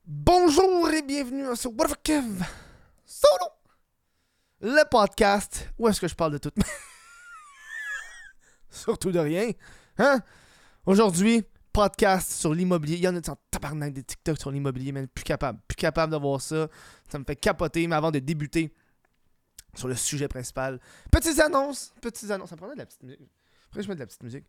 Bonjour et bienvenue sur What the fuck Kev Solo, le podcast où est-ce que je parle de tout, surtout de rien, hein? Aujourd'hui, podcast sur l'immobilier. Il y en a en tabarnak des TikTok sur l'immobilier, mais plus capable de voir ça. Ça me fait capoter, mais avant de débuter sur le sujet principal, petites annonces. Ça prendrait de la petite musique. Après, je mets de la petite musique.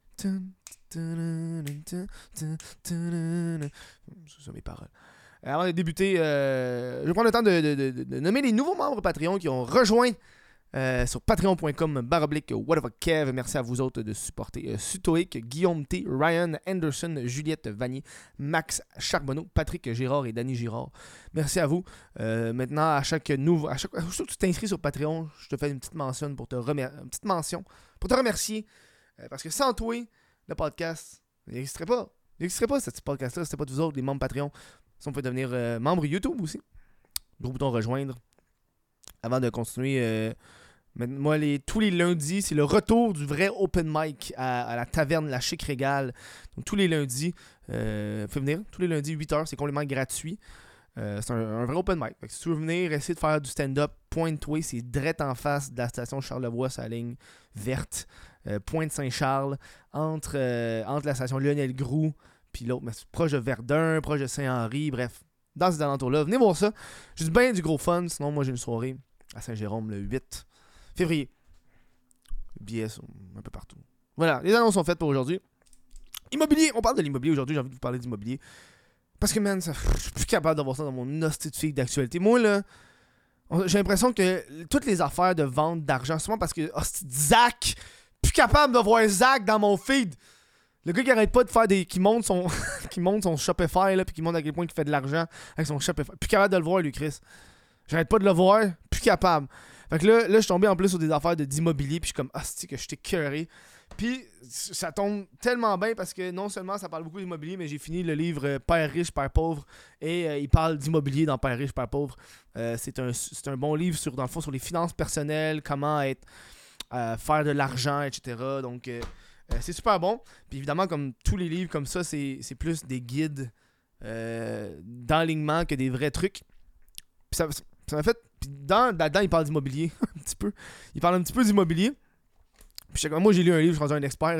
C'est ça mes paroles. Avant de débuter, je vais prendre le temps de nommer les nouveaux membres Patreon qui ont rejoint sur patreon.com/whatthefuckkev. Merci à vous autres de supporter Sutoic, Guillaume T, Ryan Anderson, Juliette Vanier, Max Charbonneau, Patrick Girard et Danny Girard. Merci à vous. Maintenant, à chaque fois que tu t'inscris sur Patreon, je te fais une petite mention pour te remercier. Parce que sans toi, le podcast n'existerait pas. Il n'existerait pas, ce podcast-là, si c'était pas de vous autres, les membres Patreon. Si on peut devenir membre YouTube aussi. Gros bouton rejoindre. Avant de continuer, moi, tous les lundis, c'est le retour du vrai open mic à la taverne La Chic Régale. Donc, tous les lundis, faites venir. Tous les lundis, 8h, c'est complètement gratuit. C'est un vrai open mic. Fait que si tu veux venir essayer de faire du stand-up, Pointe-toi, c'est direct en face de la station Charlevoix, sa ligne verte. Pointe-Saint-Charles, entre la station Lionel-Groux puis l'autre, mais c'est proche de Verdun, proche de Saint-Henri, bref, dans ces alentours-là. Venez voir ça. J'ai bien du gros fun. Sinon, moi, j'ai une soirée à Saint-Jérôme le 8 février. Billets sont un peu partout. Voilà, les annonces sont faites pour aujourd'hui. Immobilier, on parle de l'immobilier aujourd'hui. J'ai envie de vous parler d'immobilier. Parce que, man, je suis plus capable d'avoir ça dans mon hostie de fille d'actualité. Moi, là, j'ai l'impression que toutes les affaires de vente d'argent, souvent parce que, Zach, plus capable de voir Zach dans mon feed. Le gars qui arrête pas de faire qui monte son Shopify là, puis qui montre à quel point il fait de l'argent avec son Shopify. Plus capable de le voir, lui, Chris. J'arrête pas de le voir, plus capable. Fait que là je suis tombé en plus sur des affaires d'immobilier, puis je suis comme, c'est que je t'ai cœuré. Puis ça tombe tellement bien parce que non seulement ça parle beaucoup d'immobilier, mais j'ai fini le livre Père riche, Père pauvre, et il parle d'immobilier dans Père riche, Père pauvre. C'est un bon livre dans le fond sur les finances personnelles, comment faire de l'argent, etc. Donc c'est super bon. Puis évidemment, comme tous les livres comme ça, c'est plus des guides d'enlignement que des vrais trucs. Puis ça m'a fait... Puis là-dedans, il parle d'immobilier un petit peu. Il parle un petit peu d'immobilier. Puis moi, j'ai lu un livre, je suis rendu un expert.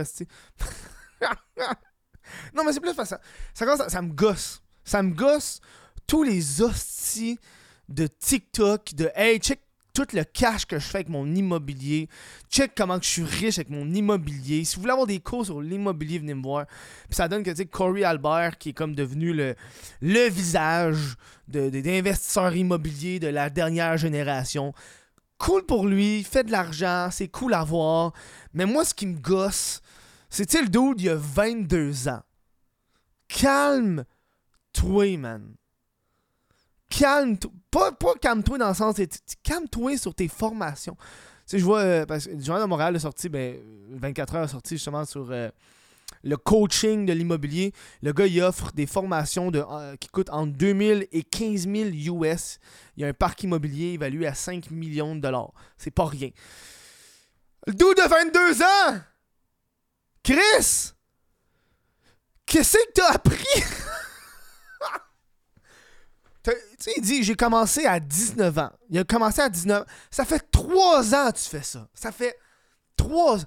Non, mais c'est plus parce que ça me gosse. Ça me gosse tous les hosties de TikTok, de « Hey, check tout le cash que je fais avec mon immobilier. Check comment que je suis riche avec mon immobilier. » Si vous voulez avoir des cours sur l'immobilier, venez me voir. Puis ça donne que, tu sais, Corey Albert, qui est comme devenu le visage d'investisseurs immobiliers de la dernière génération. Cool pour lui, il fait de l'argent, c'est cool à voir. Mais moi, ce qui me gosse, c'est, tu sais, le dude, il a 22 ans. Calme-toi, man. Calme-toi. Pas calme-toi dans le sens, calme-toi sur tes formations. Tu sais, je vois, parce que le Journal de Montréal a sorti, 24 heures a sorti justement sur le coaching de l'immobilier. Le gars, il offre des formations qui coûtent entre 2000 et 15 000 US. Il y a un parc immobilier évalué à 5 millions de dollars. C'est pas rien. Le dude de 22 ans! Chris! Qu'est-ce que t'as appris? Tu sais, il dit, j'ai commencé à 19 ans. Il a commencé à 19 ans. Ça fait 3 ans que tu fais ça. Ça fait 3 ans.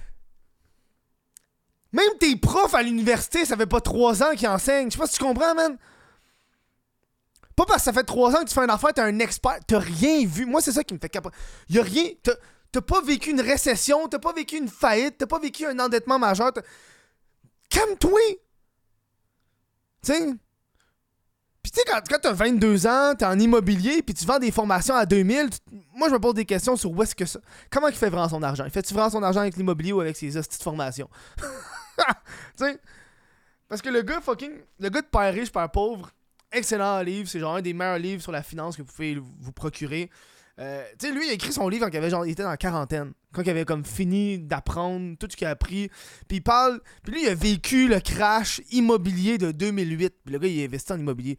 Même tes profs à l'université, ça fait pas 3 ans qu'ils enseignent. Je sais pas si tu comprends, man. Pas parce que ça fait 3 ans que tu fais une affaire, t'es un expert. T'as rien vu. Moi, c'est ça qui me fait capoter. Y'a rien. T'as pas vécu une récession, t'as pas vécu une faillite, t'as pas vécu un endettement majeur. Calme-toi. Tu sais. Puis tu sais, quand t'as 22 ans, t'es en immobilier, puis tu vends des formations à 2000, moi je me pose des questions sur où est-ce que ça... Comment il fait vraiment son argent? Il fait-tu vraiment son argent avec l'immobilier ou avec ses petites formations? Tu sais? Parce que le gars de Père riche, Père pauvre, excellent livre, c'est genre un des meilleurs livres sur la finance que vous pouvez vous procurer. Tu sais, lui, il a écrit son livre quand il était dans la quarantaine. Quand il avait comme fini d'apprendre tout ce qu'il a appris. Puis il parle... Puis lui, il a vécu le crash immobilier de 2008. Puis le gars, il a investi en immobilier.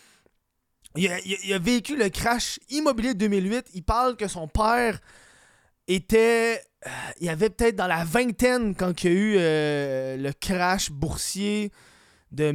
Il a vécu le crash immobilier de 2008. Il parle que son père était... il avait peut-être dans la vingtaine quand il y a eu le crash boursier de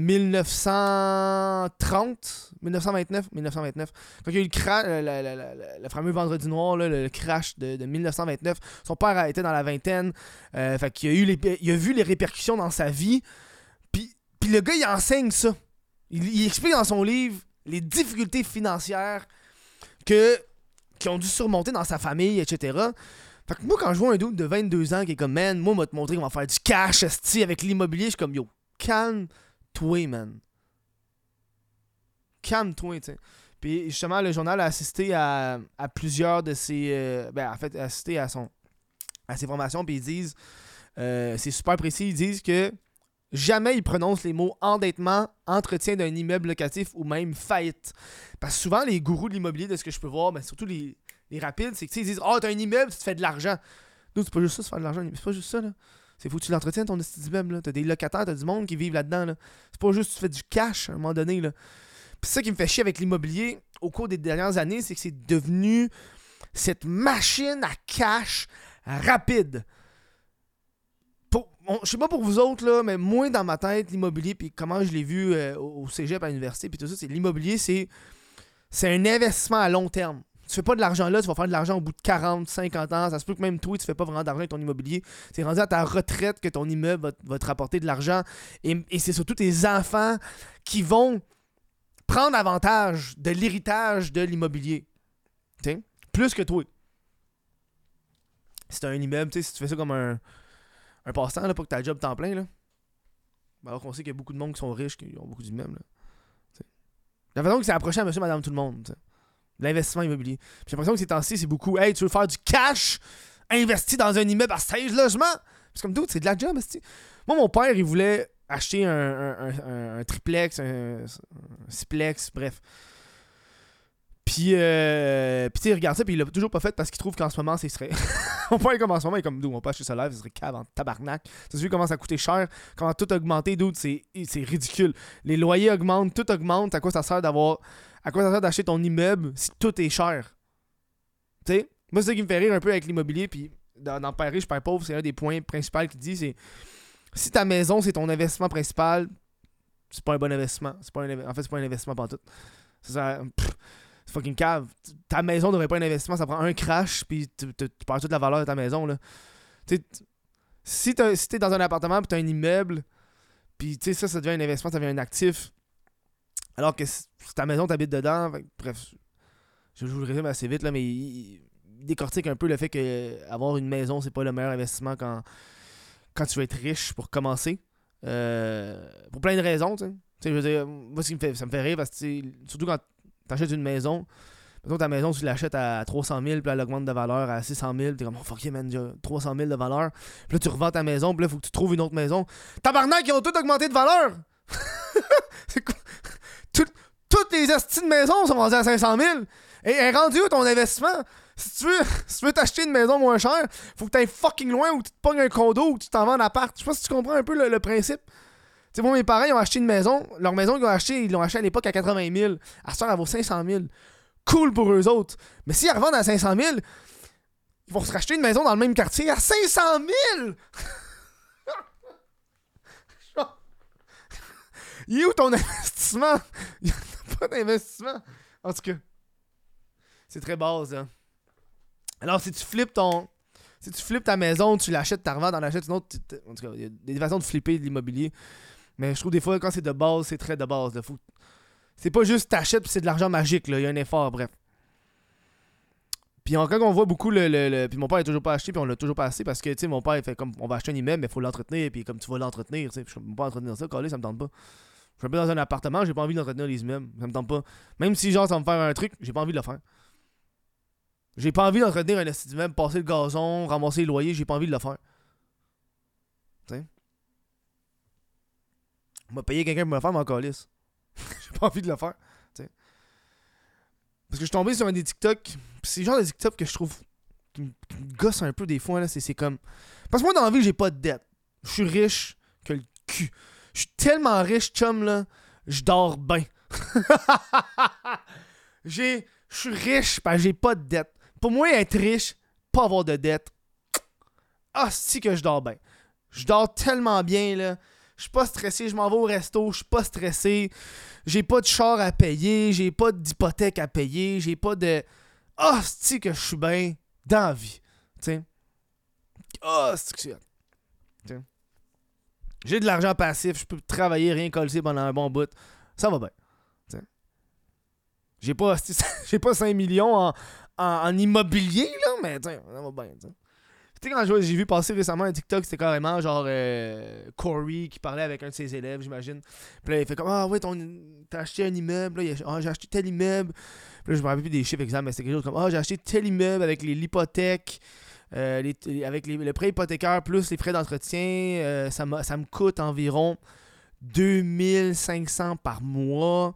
1929, quand il y a eu le fameux vendredi noir, là, le crash de 1929, son père était dans la vingtaine, fait qu'il il a vu les répercussions dans sa vie, puis le gars il enseigne ça, il explique dans son livre les difficultés financières qui ont dû surmonter dans sa famille, etc. Fait que moi quand je vois un dude de 22 ans qui est comme man, moi m'a te montrer qu'on va faire du cash esti avec l'immobilier, je suis comme yo, calme-toi, man. Calme-toi, tu sais. Puis justement, le journal a assisté à plusieurs de ses. Assisté à ses formations, puis ils disent. C'est super précis, ils disent que jamais ils prononcent les mots endettement, entretien d'un immeuble locatif ou même faillite. Parce que souvent, les gourous de l'immobilier, de ce que je peux voir, mais surtout les rapides, c'est que ils disent t'as un immeuble, tu te fais de l'argent. Non, c'est pas juste ça, se faire de l'argent. C'est pas juste ça, là. C'est faut que tu l'entretiennes ton immeuble, là. T'as des locataires, t'as du monde qui vivent là-dedans, là. C'est pas juste que tu fais du cash à un moment donné, là. Puis c'est ça qui me fait chier avec l'immobilier au cours des dernières années, c'est que c'est devenu cette machine à cash rapide. Je sais pas pour vous autres, là, mais moi, dans ma tête, l'immobilier, puis comment je l'ai vu au cégep, à l'université, puis tout ça, c'est l'immobilier, c'est un investissement à long terme. Tu fais pas de l'argent là, tu vas faire de l'argent au bout de 40, 50 ans. Ça se peut que même toi, tu fais pas vraiment d'argent avec ton immobilier. C'est rendu à ta retraite que ton immeuble va te rapporter de l'argent. Et c'est surtout tes enfants qui vont prendre avantage de l'héritage de l'immobilier. T'sais? Plus que toi. Si t'as un immeuble, si tu fais ça comme un passe-temps, là, pas que t'as un job temps plein, là. Alors qu'on sait qu'il y a beaucoup de monde qui sont riches, qui ont beaucoup d'immeubles. J'ai l'impression que c'est approché à monsieur, madame, tout le monde. T'sais. L'investissement immobilier. J'ai l'impression que ces temps-ci, c'est beaucoup. Hey, tu veux faire du cash? Investi dans un immeuble à 16 logements? C'est comme d'autres, c'est de la job. Moi, mon père, il voulait acheter un triplex, un siplex, bref. Puis tu sais, il regarde ça, puis il l'a toujours pas fait parce qu'il trouve qu'en ce moment, c'est serait. Mon père, comme en ce moment, il est comme d'où on peut acheter ça live, ce serait cave en tabarnak. Tu sais, comment ça coûte cher, comment tout a augmenté, d'où c'est ridicule. Les loyers augmentent, tout augmente. À quoi ça sert d'acheter ton immeuble si tout est cher? Tu sais, moi, c'est ça qui me fait rire un peu avec l'immobilier, puis dans Père riche, Père pauvre, c'est un des points principaux qu'il dit, c'est si ta maison, c'est ton investissement principal, c'est pas un bon investissement. En fait, c'est pas un investissement pantoute. C'est fucking cave. Ta maison devrait pas être un investissement, ça prend un crash, puis tu perds toute la valeur de ta maison, là. Tu sais, si t'es dans un appartement, puis t'as un immeuble, puis tu sais, ça devient un investissement, ça devient un actif. Alors que si ta maison, t'habites dedans, bref, je vous le résume assez vite, là, mais il décortique un peu le fait que avoir une maison, c'est pas le meilleur investissement quand tu veux être riche pour commencer. Pour plein de raisons, tu sais. Je veux dire, moi, ça me fait rire parce que, surtout quand t'achètes une maison, mettons ta maison, tu l'achètes à 300 000, puis elle augmente de valeur à 600 000, t'es comme, oh fuck yeah, man, j'ai 300 000 de valeur. Puis là, tu revends ta maison, puis là, faut que tu trouves une autre maison. Tabarnak, ils ont tous augmenté de valeur! C'est quoi? Toutes les astis de maison sont rendues à 500 000. Et rendu où ton investissement? Si tu veux t'acheter une maison moins chère, faut que t'ailles fucking loin ou tu te pognes un condo ou tu t'en vas en appart. Je sais pas si tu comprends un peu le principe. Tu sais, moi, mes parents, ils ont acheté une maison. Leur maison ils l'ont acheté à l'époque à 80 000. À ce temps, elle vaut 500 000. Cool pour eux autres. Mais s'ils revendent à 500 000, ils vont se racheter une maison dans le même quartier à 500 000! Il est où ton investissement? Il n'y a pas d'investissement. En tout cas, c'est très base, hein. Alors, si tu flippes ta maison, tu l'achètes, tu la revends, t'en achètes une autre. En tout cas, il y a des façons de flipper de l'immobilier. Mais je trouve des fois, quand c'est de base, c'est très de base. C'est pas juste t'achètes puis c'est de l'argent magique, là. Il y a un effort, bref. Puis quand on voit beaucoup puis mon père n'a toujours pas acheté, puis on l'a toujours pas assez parce que, tu sais, mon père, il fait comme, on va acheter un immeuble, mais il faut l'entretenir, puis comme tu vas l'entretenir, tu sais, je peux pas entretenir ça, ça me tente pas. Je suis un peu dans un appartement, j'ai pas envie d'entretenir les immeubles, ça me tente pas. Même si, genre, ça va me faire un truc, j'ai pas envie de le faire. J'ai pas envie d'entretenir un esti d'immeuble, passer le gazon, ramasser le loyer, j'ai pas envie de le faire. Tu sais? On m'a payé quelqu'un pour me le faire, mais encore lisse. J'ai pas envie de le faire. T'sais. Parce que je suis tombé sur un des TikTok. Pis c'est le genre de TikTok que je trouve qui me gosse un peu des fois. Là. C'est comme. Parce que moi, dans la vie, j'ai pas de dette. Je suis riche que le cul. Je suis tellement riche, chum, là. Je dors bien. Je suis riche parce que j'ai pas de dette. Pour moi, être riche, pas avoir de dette. Ah, si que je dors bien. Je dors tellement bien, là. Je suis pas stressé, je m'en vais au resto, je suis pas stressé. J'ai pas de char à payer, j'ai pas d'hypothèque à payer, j'ai pas de... Ah, c'est que je suis bien dans la vie. T'sais. Ah, c'est que c'est... T'sais. J'ai de l'argent passif, je peux travailler, rien coller pendant un bon bout. Ça va bien. T'sais. J'ai pas 5 millions en immobilier, là, mais ça va bien. T'sais. Tu sais, quand j'ai vu passer récemment un TikTok, c'était carrément genre Corey qui parlait avec un de ses élèves, j'imagine. Puis là, il fait comme ah ouais, t'as acheté un immeuble, là, j'ai acheté tel immeuble. Puis là, je me rappelle plus des chiffres exacts, mais c'était quelque chose comme j'ai acheté tel immeuble avec l'hypothèque, avec le prêt hypothécaire plus les frais d'entretien. Ça me coûte environ 2500 par mois.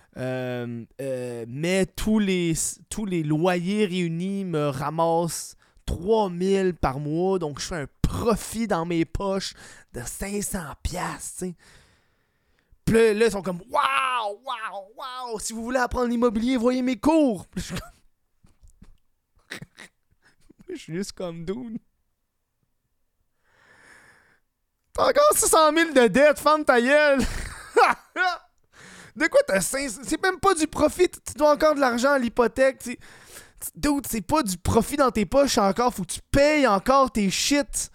Mais tous les loyers réunis me ramassent 3000 par mois, donc je fais un profit dans mes poches de 500$, tu sais. Puis là, ils sont comme waouh, si vous voulez apprendre l'immobilier, voyez mes cours. Puis je suis juste comme dude. T'as encore 600 000 de dette, ferme ta gueule. De quoi t'as 500? C'est même pas du profit, tu dois encore de l'argent à l'hypothèque, tu sais. Dude, c'est pas du profit dans tes poches encore. Faut que tu payes encore tes shit.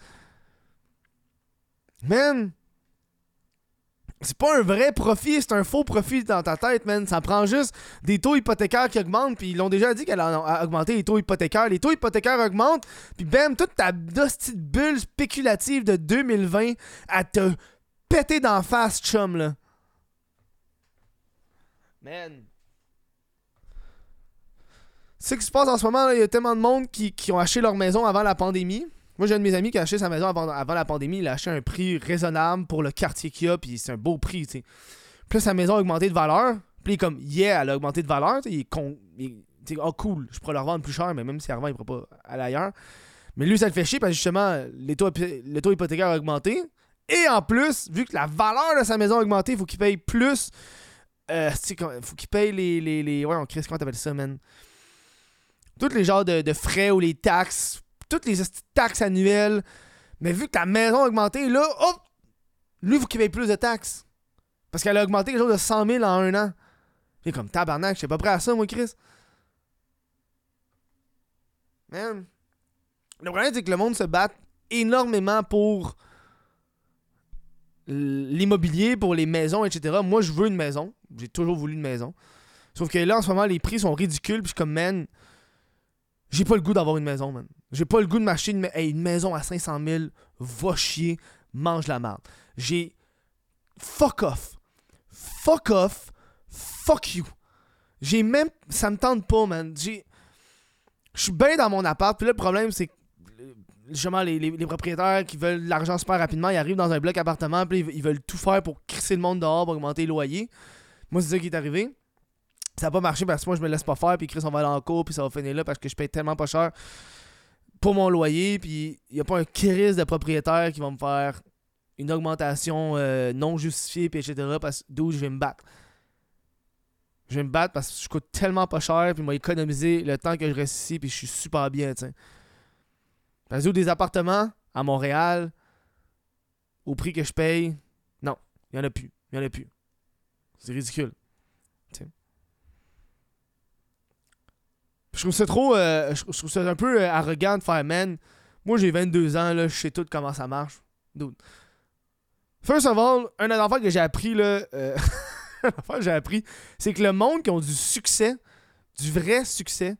Man. C'est pas un vrai profit, c'est un faux profit dans ta tête, man. Ça prend juste des taux hypothécaires qui augmentent. Puis ils l'ont déjà dit qu'elle a augmenté les taux hypothécaires. Les taux hypothécaires augmentent. Puis bam, toute ta petite bulle spéculative de 2020 à te péter d'en face, chum, là. Man. C'est ce qui se passe en ce moment, il y a tellement de monde qui ont acheté leur maison avant la pandémie. Moi, j'ai un de mes amis qui a acheté sa maison avant la pandémie. Il a acheté un prix raisonnable pour le quartier qu'il y a, puis c'est un beau prix, tu sais. Puis là, sa maison a augmenté de valeur. Puis il est comme, elle a augmenté de valeur. Il est oh cool, je pourrais le revendre plus cher, mais même si elle revend, il ne pourra pas aller ailleurs. Mais lui, ça le fait chier parce que justement, le taux hypothécaire a augmenté. Et en plus, vu que la valeur de sa maison a augmenté, il faut qu'il paye plus. Faut qu'il paye les ouais, on crée comment t'appelles ça, man? Tous les genres de frais ou les taxes, toutes les taxes annuelles. Mais vu que ta maison a augmenté, là, hop, lui, il faut qu'il paye plus de taxes. Parce qu'elle a augmenté quelque chose de 100 000 en un an. Il est comme tabarnak, je suis pas prêt à ça, moi, Chris. Man. Le problème, c'est que le monde se bat énormément pour l'immobilier, pour les maisons, etc. Moi, je veux une maison. J'ai toujours voulu une maison. Sauf que là, en ce moment, les prix sont ridicules. Puis je suis comme, man, j'ai pas le goût d'avoir une maison, man. J'ai pas le goût de m'acheter une maison à 500 000. Va chier, mange la merde. J'ai... Fuck off. Fuck off. Fuck you. J'ai même... Ça me tente pas, man. Je suis bien dans mon appart. Puis là, le problème, c'est que justement, les propriétaires qui veulent de l'argent super rapidement, ils arrivent dans un bloc appartement, puis ils veulent tout faire pour crisser le monde dehors, pour augmenter les loyers. Moi, c'est ça qui est arrivé. Ça n'a pas marché parce que moi, je me laisse pas faire, puis Chris, on va aller en cours, puis ça va finir là parce que je paye tellement pas cher pour mon loyer, puis il n'y a pas un crise de propriétaire qui va me faire une augmentation non justifiée, puis etc. Parce que d'où je vais me battre. Je vais me battre parce que je coûte tellement pas cher, puis il m'a économisé le temps que je reste ici, puis je suis super bien, tu sais. Parce que des appartements à Montréal, au prix que je paye, non, il n'y en a plus. Il n'y en a plus. C'est ridicule. T'sais. Je trouve ça trop. Je trouve ça un peu arrogant de faire, man. Moi, j'ai 22 ans, là, je sais tout comment ça marche. Dude. First of all, un affaire que j'ai appris, là. L'affaire que j'ai appris, c'est que le monde qui ont du succès, du vrai succès,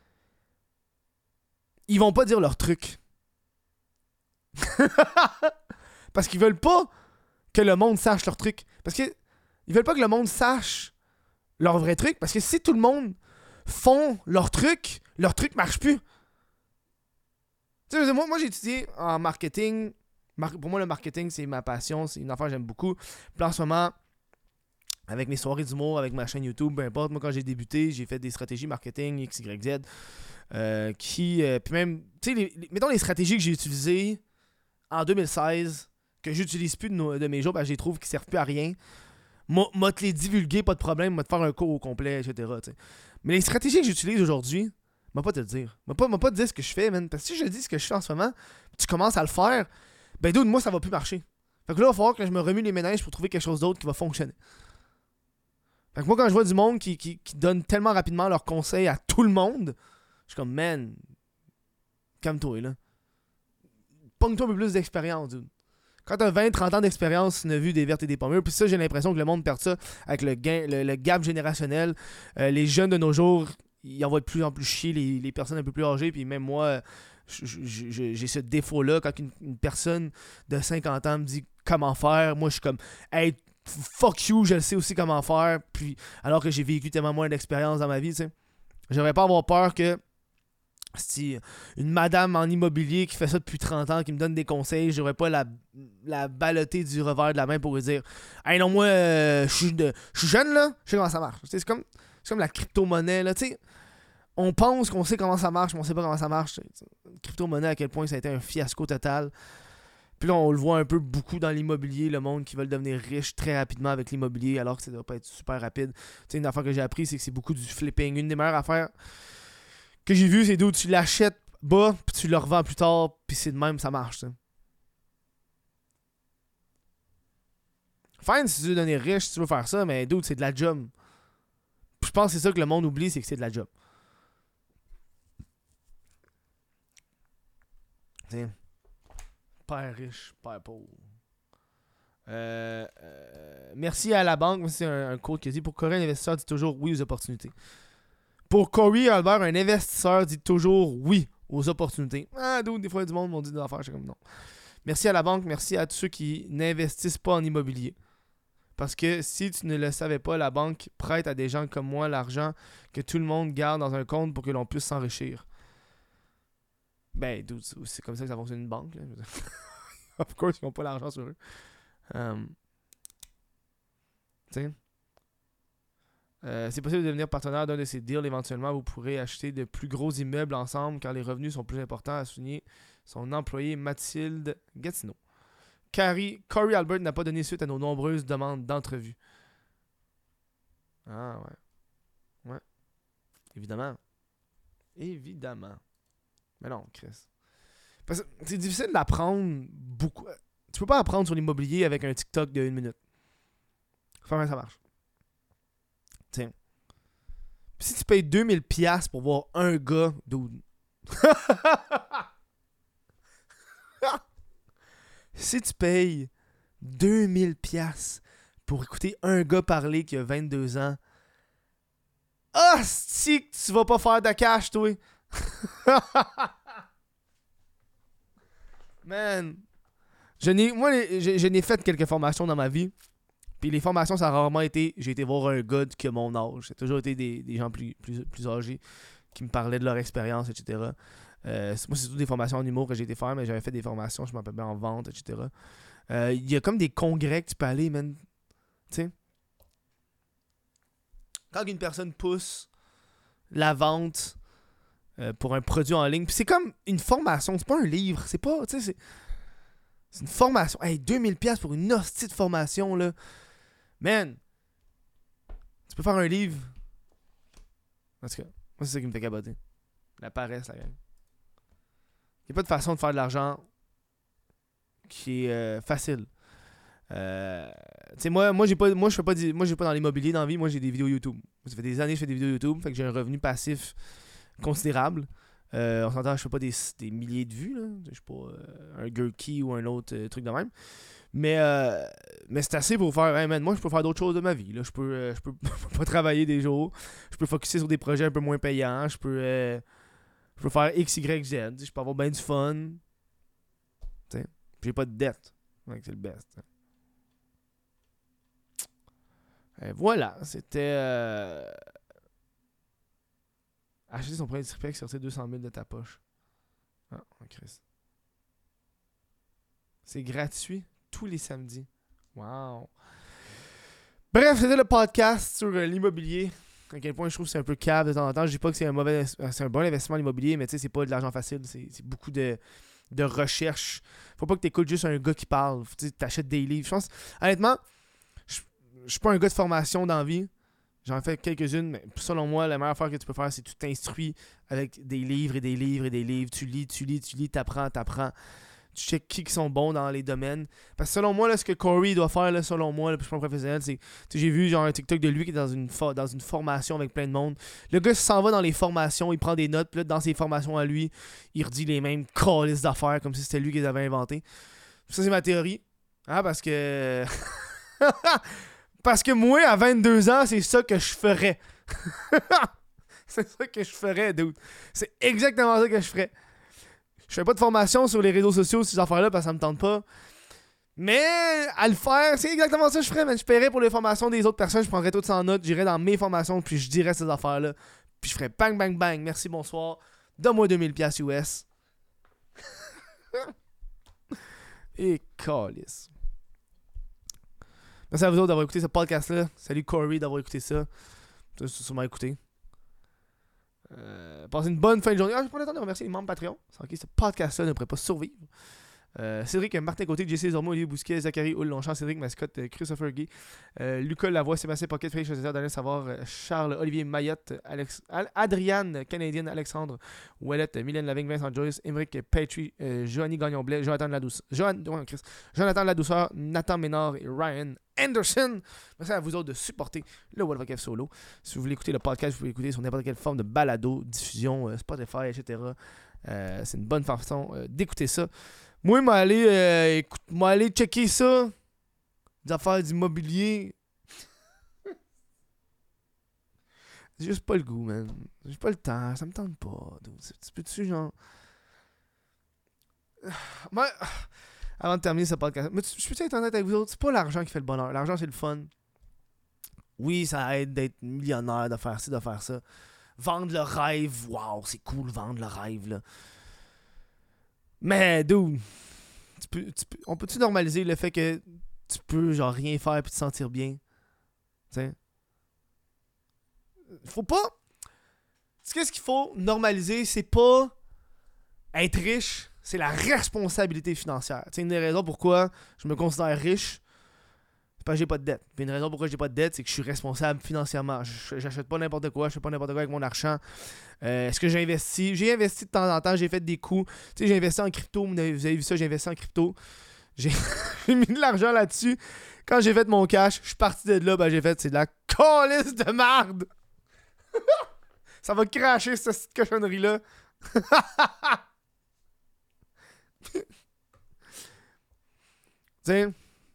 ils vont pas dire leur truc. Parce qu'ils veulent pas que le monde sache leur truc. Parce qu'ils veulent pas que le monde sache leur vrai truc. Parce que si tout le monde font leur truc marche plus. Tu sais, moi j'ai étudié en marketing. Pour moi, le marketing, c'est ma passion. C'est une affaire que j'aime beaucoup. Puis en ce moment, avec mes soirées d'humour, avec ma chaîne YouTube, peu importe, moi quand j'ai débuté, j'ai fait des stratégies marketing X, Y, Z. Puis même, tu sais, mettons les stratégies que j'ai utilisées en 2016, que j'utilise plus de mes jours parce que je les trouve qui servent plus à rien. M'a te les divulguer, pas de problème, m'a te faire un cours au complet, etc. T'sais. Mais les stratégies que j'utilise aujourd'hui, m'a pas te le dire. M'a pas te dire ce que je fais, man. Parce que si je te dis ce que je fais en ce moment, tu commences à le faire, ben dude, moi ça va plus marcher. Fait que là, il va falloir que je me remue les méninges pour trouver quelque chose d'autre qui va fonctionner. Fait que moi, quand je vois du monde qui donne tellement rapidement leurs conseils à tout le monde, je suis comme, man, calme-toi, là. Pogne-toi un peu plus d'expérience, dude. Quand t'as 20-30 ans d'expérience, tu n'as vu des vertes et des pommures. Puis ça, j'ai l'impression que le monde perd ça avec le gap générationnel. Les jeunes de nos jours, ils envoient de plus en plus chier les personnes un peu plus âgées. Puis même moi, j'ai ce défaut-là. Quand une personne de 50 ans me dit comment faire, moi, je suis comme, hey, fuck you, je le sais aussi comment faire. Puis alors que j'ai vécu tellement moins d'expérience dans ma vie, tu sais. J'aimerais pas avoir peur que si une madame en immobilier qui fait ça depuis 30 ans, qui me donne des conseils, j'aurais pas la balloter du revers de la main pour lui dire hey non, moi, je suis jeune là, je sais comment ça marche. C'est comme la crypto-monnaie là, tu sais. On pense qu'on sait comment ça marche, mais on sait pas comment ça marche. La crypto-monnaie, à quel point ça a été un fiasco total. Puis là, on le voit un peu beaucoup dans l'immobilier, le monde qui veut devenir riche très rapidement avec l'immobilier, alors que ça doit pas être super rapide. Tu sais, une affaire que j'ai appris, c'est que c'est beaucoup du flipping. Une des meilleures affaires que j'ai vu, c'est d'où tu l'achètes bas, puis tu le revends plus tard, puis c'est de même, ça marche, ça. Fine si tu veux devenir riche, si tu veux faire ça, mais dude, c'est de la job. Puis je pense que c'est ça que le monde oublie, c'est que c'est de la job. T'sais, père riche, père pauvre. Merci à la banque, c'est un quote qui dit pour Corey, un investisseur dit toujours oui aux opportunités. Pour Corey Albert, un investisseur dit toujours oui aux opportunités. Ah, dude, des fois, du monde m'ont dit des affaires, je suis comme non. Merci à la banque, merci à tous ceux qui n'investissent pas en immobilier. Parce que si tu ne le savais pas, la banque prête à des gens comme moi l'argent que tout le monde garde dans un compte pour que l'on puisse s'enrichir. Ben, dude, c'est comme ça que ça fonctionne une banque. Là. Of course, ils n'ont pas l'argent sur eux. Tu sais. C'est possible de devenir partenaire d'un de ces deals. Éventuellement, vous pourrez acheter de plus gros immeubles ensemble car les revenus sont plus importants, a souligné son employé Mathilde Gatineau. Corey Albert n'a pas donné suite à nos nombreuses demandes d'entrevue. Ah ouais. Ouais. Évidemment. Mais non, Chris. Parce que c'est difficile d'apprendre beaucoup. Tu peux pas apprendre sur l'immobilier avec un TikTok de 1 minute. Comment ça marche? Tiens. Puis si tu payes 2000$ pour voir un gars, dude. Si tu payes 2000$ pour écouter un gars parler qui a 22 ans, si tu vas pas faire de cash, toi. Man. Je n'ai fait quelques formations dans ma vie. Puis les formations, ça a rarement été j'ai été voir un gars qui a mon âge. C'est toujours été des gens plus âgés qui me parlaient de leur expérience, etc. Moi, c'est toutes des formations en humour que j'ai été faire, mais j'avais fait des formations, je m'appelle bien en vente, etc. Il y a comme des congrès que tu peux aller, man. Tu sais. Quand une personne pousse la vente pour un produit en ligne, puis c'est comme une formation, c'est pas un livre, c'est pas, tu sais, c'est une formation. Hey, 2000$ pour une hostie de formation, là. Man, tu peux faire un livre. En tout cas, moi, c'est ça qui me fait caboter. La paresse, la gang. Il n'y a pas de façon de faire de l'argent qui est facile. Tu sais, moi, j'ai pas dans l'immobilier dans la vie, moi, j'ai des vidéos YouTube. Ça fait des années que je fais des vidéos YouTube, fait que j'ai un revenu passif considérable. On s'entend, je fais pas des milliers de vues, là. Je suis pas un Gurky ou un autre truc de même. Mais c'est assez pour faire, hey man, moi je peux faire d'autres choses de ma vie. Là. Je peux pas travailler des jours. Je peux focusser sur des projets un peu moins payants. Je peux faire X, Y, Z. Je peux avoir bien du fun. T'sais. J'ai pas de dette. Donc c'est le best. Et voilà, c'était acheter son premier triplex, sortir 200 000 de ta poche. Ah, Chris. C'est gratuit tous les samedis. Wow. Bref, c'était le podcast sur l'immobilier. À quel point je trouve que c'est un peu cave de temps en temps. Je dis pas que c'est un bon investissement l'immobilier, mais tu sais, c'est pas de l'argent facile. C'est beaucoup de recherche. Faut pas que tu écoutes juste un gars qui parle. Tu achètes des livres. Je pense, honnêtement, je suis pas un gars de formation dans la vie. J'en ai fait quelques-unes, mais selon moi, la meilleure affaire que tu peux faire, c'est que tu t'instruis avec des livres et des livres et des livres. Tu lis, t'apprends. Tu checkes qui sont bons dans les domaines. Parce que selon moi, là, ce que Corey doit faire, là, selon moi, le plus professionnel, c'est... J'ai vu genre un TikTok de lui qui est dans une formation avec plein de monde. Le gars s'en va dans les formations, il prend des notes, puis là, dans ses formations à lui, il redit les mêmes calices d'affaires comme si c'était lui qui les avait inventées. Ça, c'est ma théorie. Hein, parce que... parce que moi, à 22 ans, c'est ça que je ferais. C'est ça que je ferais, dude. C'est exactement ça que je ferais. Je fais pas de formation sur les réseaux sociaux, ces affaires-là, parce que ça me tente pas. Mais à le faire, c'est exactement ça que je ferais, man. Je paierais pour les formations des autres personnes, je prendrais tout ça en note, j'irais dans mes formations, puis je dirais ces affaires-là. Puis je ferais bang, bang, bang, merci, bonsoir. Donne-moi 2000$ US. Et calice. Merci à vous autres d'avoir écouté ce podcast-là. Salut Corey d'avoir écouté ça. Tu as sûrement écouté. Passez une bonne fin de journée. Je prends le temps de remercier les membres Patreon. Sans qui ce podcast-là ne pourrait pas survivre. Cédric, Martin Côté, Jesse Zormo, Olivier Bousquet, Zachary Hull Longchamp, Cédric Mascotte, Christopher Gay, Lucas Lavoie, Sébastien Pocket, Félix Chasseur, Daniel Savard, Charles, Olivier Mayotte, Adriane, Canadienne, Alexandre, Ouellette, Mylène Lavigne, Vincent Joyce, Émeric Petrie, Joanny Gagnon-Blais, Jonathan Ladouceur, Nathan Ménard et Ryan Anderson. Merci à vous autres de supporter le What the Fuck Solo. Si vous voulez écouter le podcast, vous pouvez l'écouter sur n'importe quelle forme de balado, diffusion, Spotify, etc. C'est une bonne façon d'écouter ça. Moi, m'aller checker ça. Des affaires d'immobilier. J'ai juste pas le goût, man. J'ai pas le temps. Ça me tente pas. Tu peux-tu, genre... Moi, avant de terminer ce podcast, je peux être honnête avec vous autres, c'est pas l'argent qui fait le bonheur. L'argent, c'est le fun. Oui, ça aide d'être millionnaire, de faire ci, de faire ça. Vendre le rêve. Waouh, c'est cool, vendre le rêve, là. Mais, dude, on peut-tu normaliser le fait que tu peux, genre, rien faire et te sentir bien? T'sais? Faut pas... Qu'est-ce qu'il faut normaliser? C'est pas être riche, c'est la responsabilité financière. C'est une des raisons pourquoi je me considère riche, c'est parce que j'ai pas de dette. Puis une raison pourquoi j'ai pas de dette, c'est que je suis responsable financièrement. J'achète pas n'importe quoi, je fais pas n'importe quoi avec mon argent. Est-ce que j'ai investi? J'ai investi de temps en temps, j'ai fait des coups. Tu sais, j'ai investi en crypto, vous avez vu ça, j'ai investi en crypto. J'ai mis de l'argent là-dessus. Quand j'ai fait mon cash, je suis parti de là, j'ai fait, c'est de la calice de merde! Ça va cracher cette cochonnerie-là. Tu sais,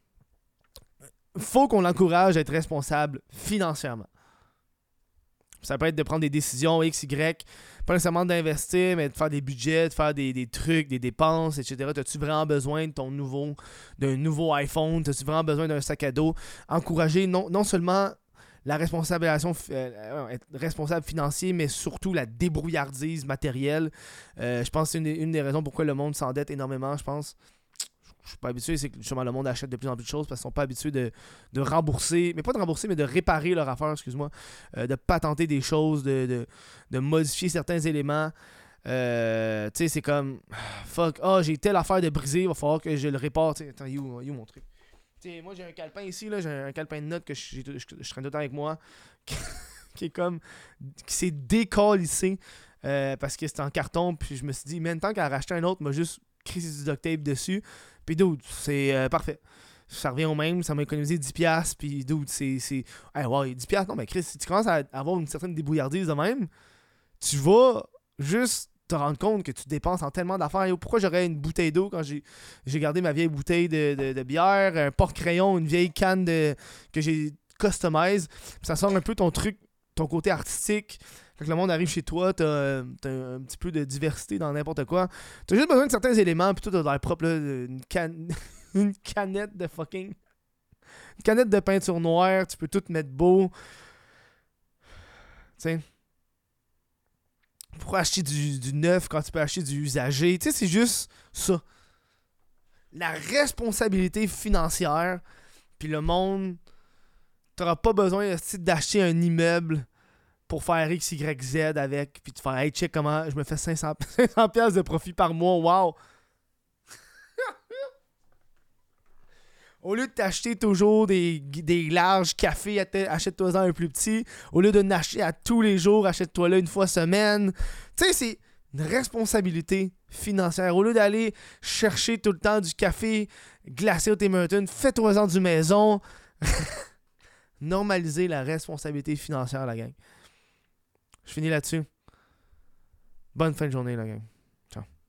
faut qu'on l'encourage à être responsable financièrement. Ça peut être de prendre des décisions X, Y, pas nécessairement d'investir, mais de faire des budgets, de faire des trucs, des dépenses, etc. T'as-tu vraiment besoin d'un nouveau iPhone? T'as-tu vraiment besoin d'un sac à dos? Encourager non seulement la responsabilisation, être responsable financier, mais surtout la débrouillardise matérielle. Je pense que c'est une des raisons pourquoi le monde s'endette énormément, je pense. Je suis pas habitué, c'est que justement le monde achète de plus en plus de choses parce qu'ils sont pas habitués de rembourser, mais pas de rembourser, mais de réparer leur affaire, excuse-moi, de patenter des choses, de modifier certains éléments. Tu sais, c'est comme, fuck, j'ai telle affaire de briser, il va falloir que je le répare. T'sais, attends, you mon truc. T'sais, moi j'ai un calepin ici, là, j'ai un calepin de notes que je traîne tout le temps avec moi, qui est comme, qui s'est décalissé parce que c'est en carton, puis je me suis dit, même tant qu'à racheter un autre, m'a juste crissé du duct tape dessus. Puis dude, c'est parfait. Ça revient au même, ça m'a économisé 10$. Puis dude, c'est... Hey, ouais, 10$, non mais Chris, si tu commences à avoir une certaine débrouillardise de même, tu vas juste te rendre compte que tu dépenses en tellement d'affaires. Pourquoi j'aurais une bouteille d'eau quand j'ai gardé ma vieille bouteille de bière, un porte-crayon, une vieille canne que j'ai customise. Puis ça sort un peu ton truc, ton côté artistique. Quand le monde arrive chez toi, t'as un petit peu de diversité dans n'importe quoi. T'as juste besoin de certains éléments, puis tout a l'air propre, là, une canette de fucking... Une canette de peinture noire, tu peux tout mettre beau. Tu sais. Pourquoi acheter du neuf quand tu peux acheter du usagé? Tu sais, c'est juste ça. La responsabilité financière, puis le monde, t'auras pas besoin d'acheter un immeuble pour faire X, Y, Z avec, puis de faire, hey, check comment je me fais 500$ de profit par mois, wow! Au lieu de t'acheter toujours des larges cafés, achète-toi-en un plus petit. Au lieu de n'acheter à tous les jours, achète-toi là une fois semaine. Tu sais, une responsabilité financière. Au lieu d'aller chercher tout le temps du café glacé au Tim Hortons, faites-toi-en du maison. Normalisez la responsabilité financière, la gang. Je finis là-dessus. Bonne fin de journée, la gang.